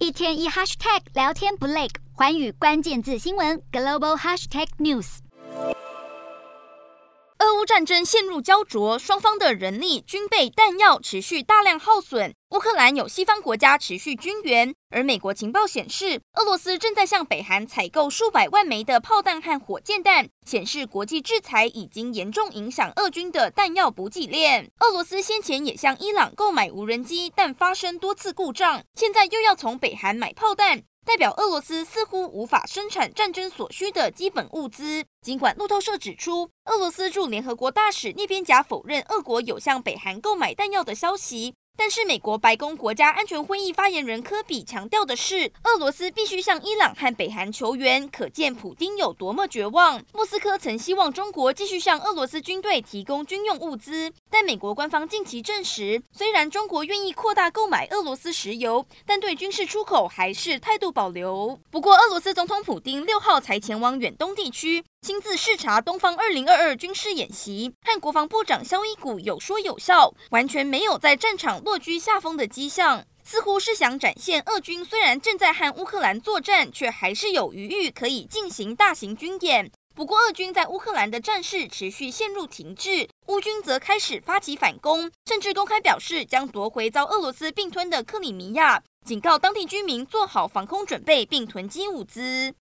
一天一 hashtag 聊天不累，寰宇关键字新闻 global hashtag news。 俄乌战争陷入焦灼，双方的人力、军备、弹药持续大量耗损。乌克兰有西方国家持续军援，而美国情报显示，俄罗斯正在向北韩采购数百万枚的炮弹和火箭弹，显示国际制裁已经严重影响俄军的弹药补给链。俄罗斯先前也向伊朗购买无人机，但发生多次故障，现在又要从北韩买炮弹。代表俄罗斯似乎无法生产战争所需的基本物资。尽管路透社指出，俄罗斯驻联合国大使聂边贾否认俄国有向北韩购买弹药的消息。但是美国白宫国家安全会议发言人科比强调的是，俄罗斯必须向伊朗和北韩求援，可见普丁有多么绝望。莫斯科曾希望中国继续向俄罗斯军队提供军用物资，但美国官方近期证实，虽然中国愿意扩大购买俄罗斯石油，但对军事出口还是态度保留。不过，俄罗斯总统普丁6号才前往远东地区，亲自视察东方2022军事演习，和国防部长肖伊古有说有笑，完全没有在战场落居下风的迹象，似乎是想展现俄军虽然正在和乌克兰作战，却还是有余裕可以进行大型军演。不过，俄军在乌克兰的战事持续陷入停滞，乌军则开始发起反攻，甚至公开表示将夺回遭俄罗斯并吞的克里米亚，警告当地居民做好防空准备并囤积物资。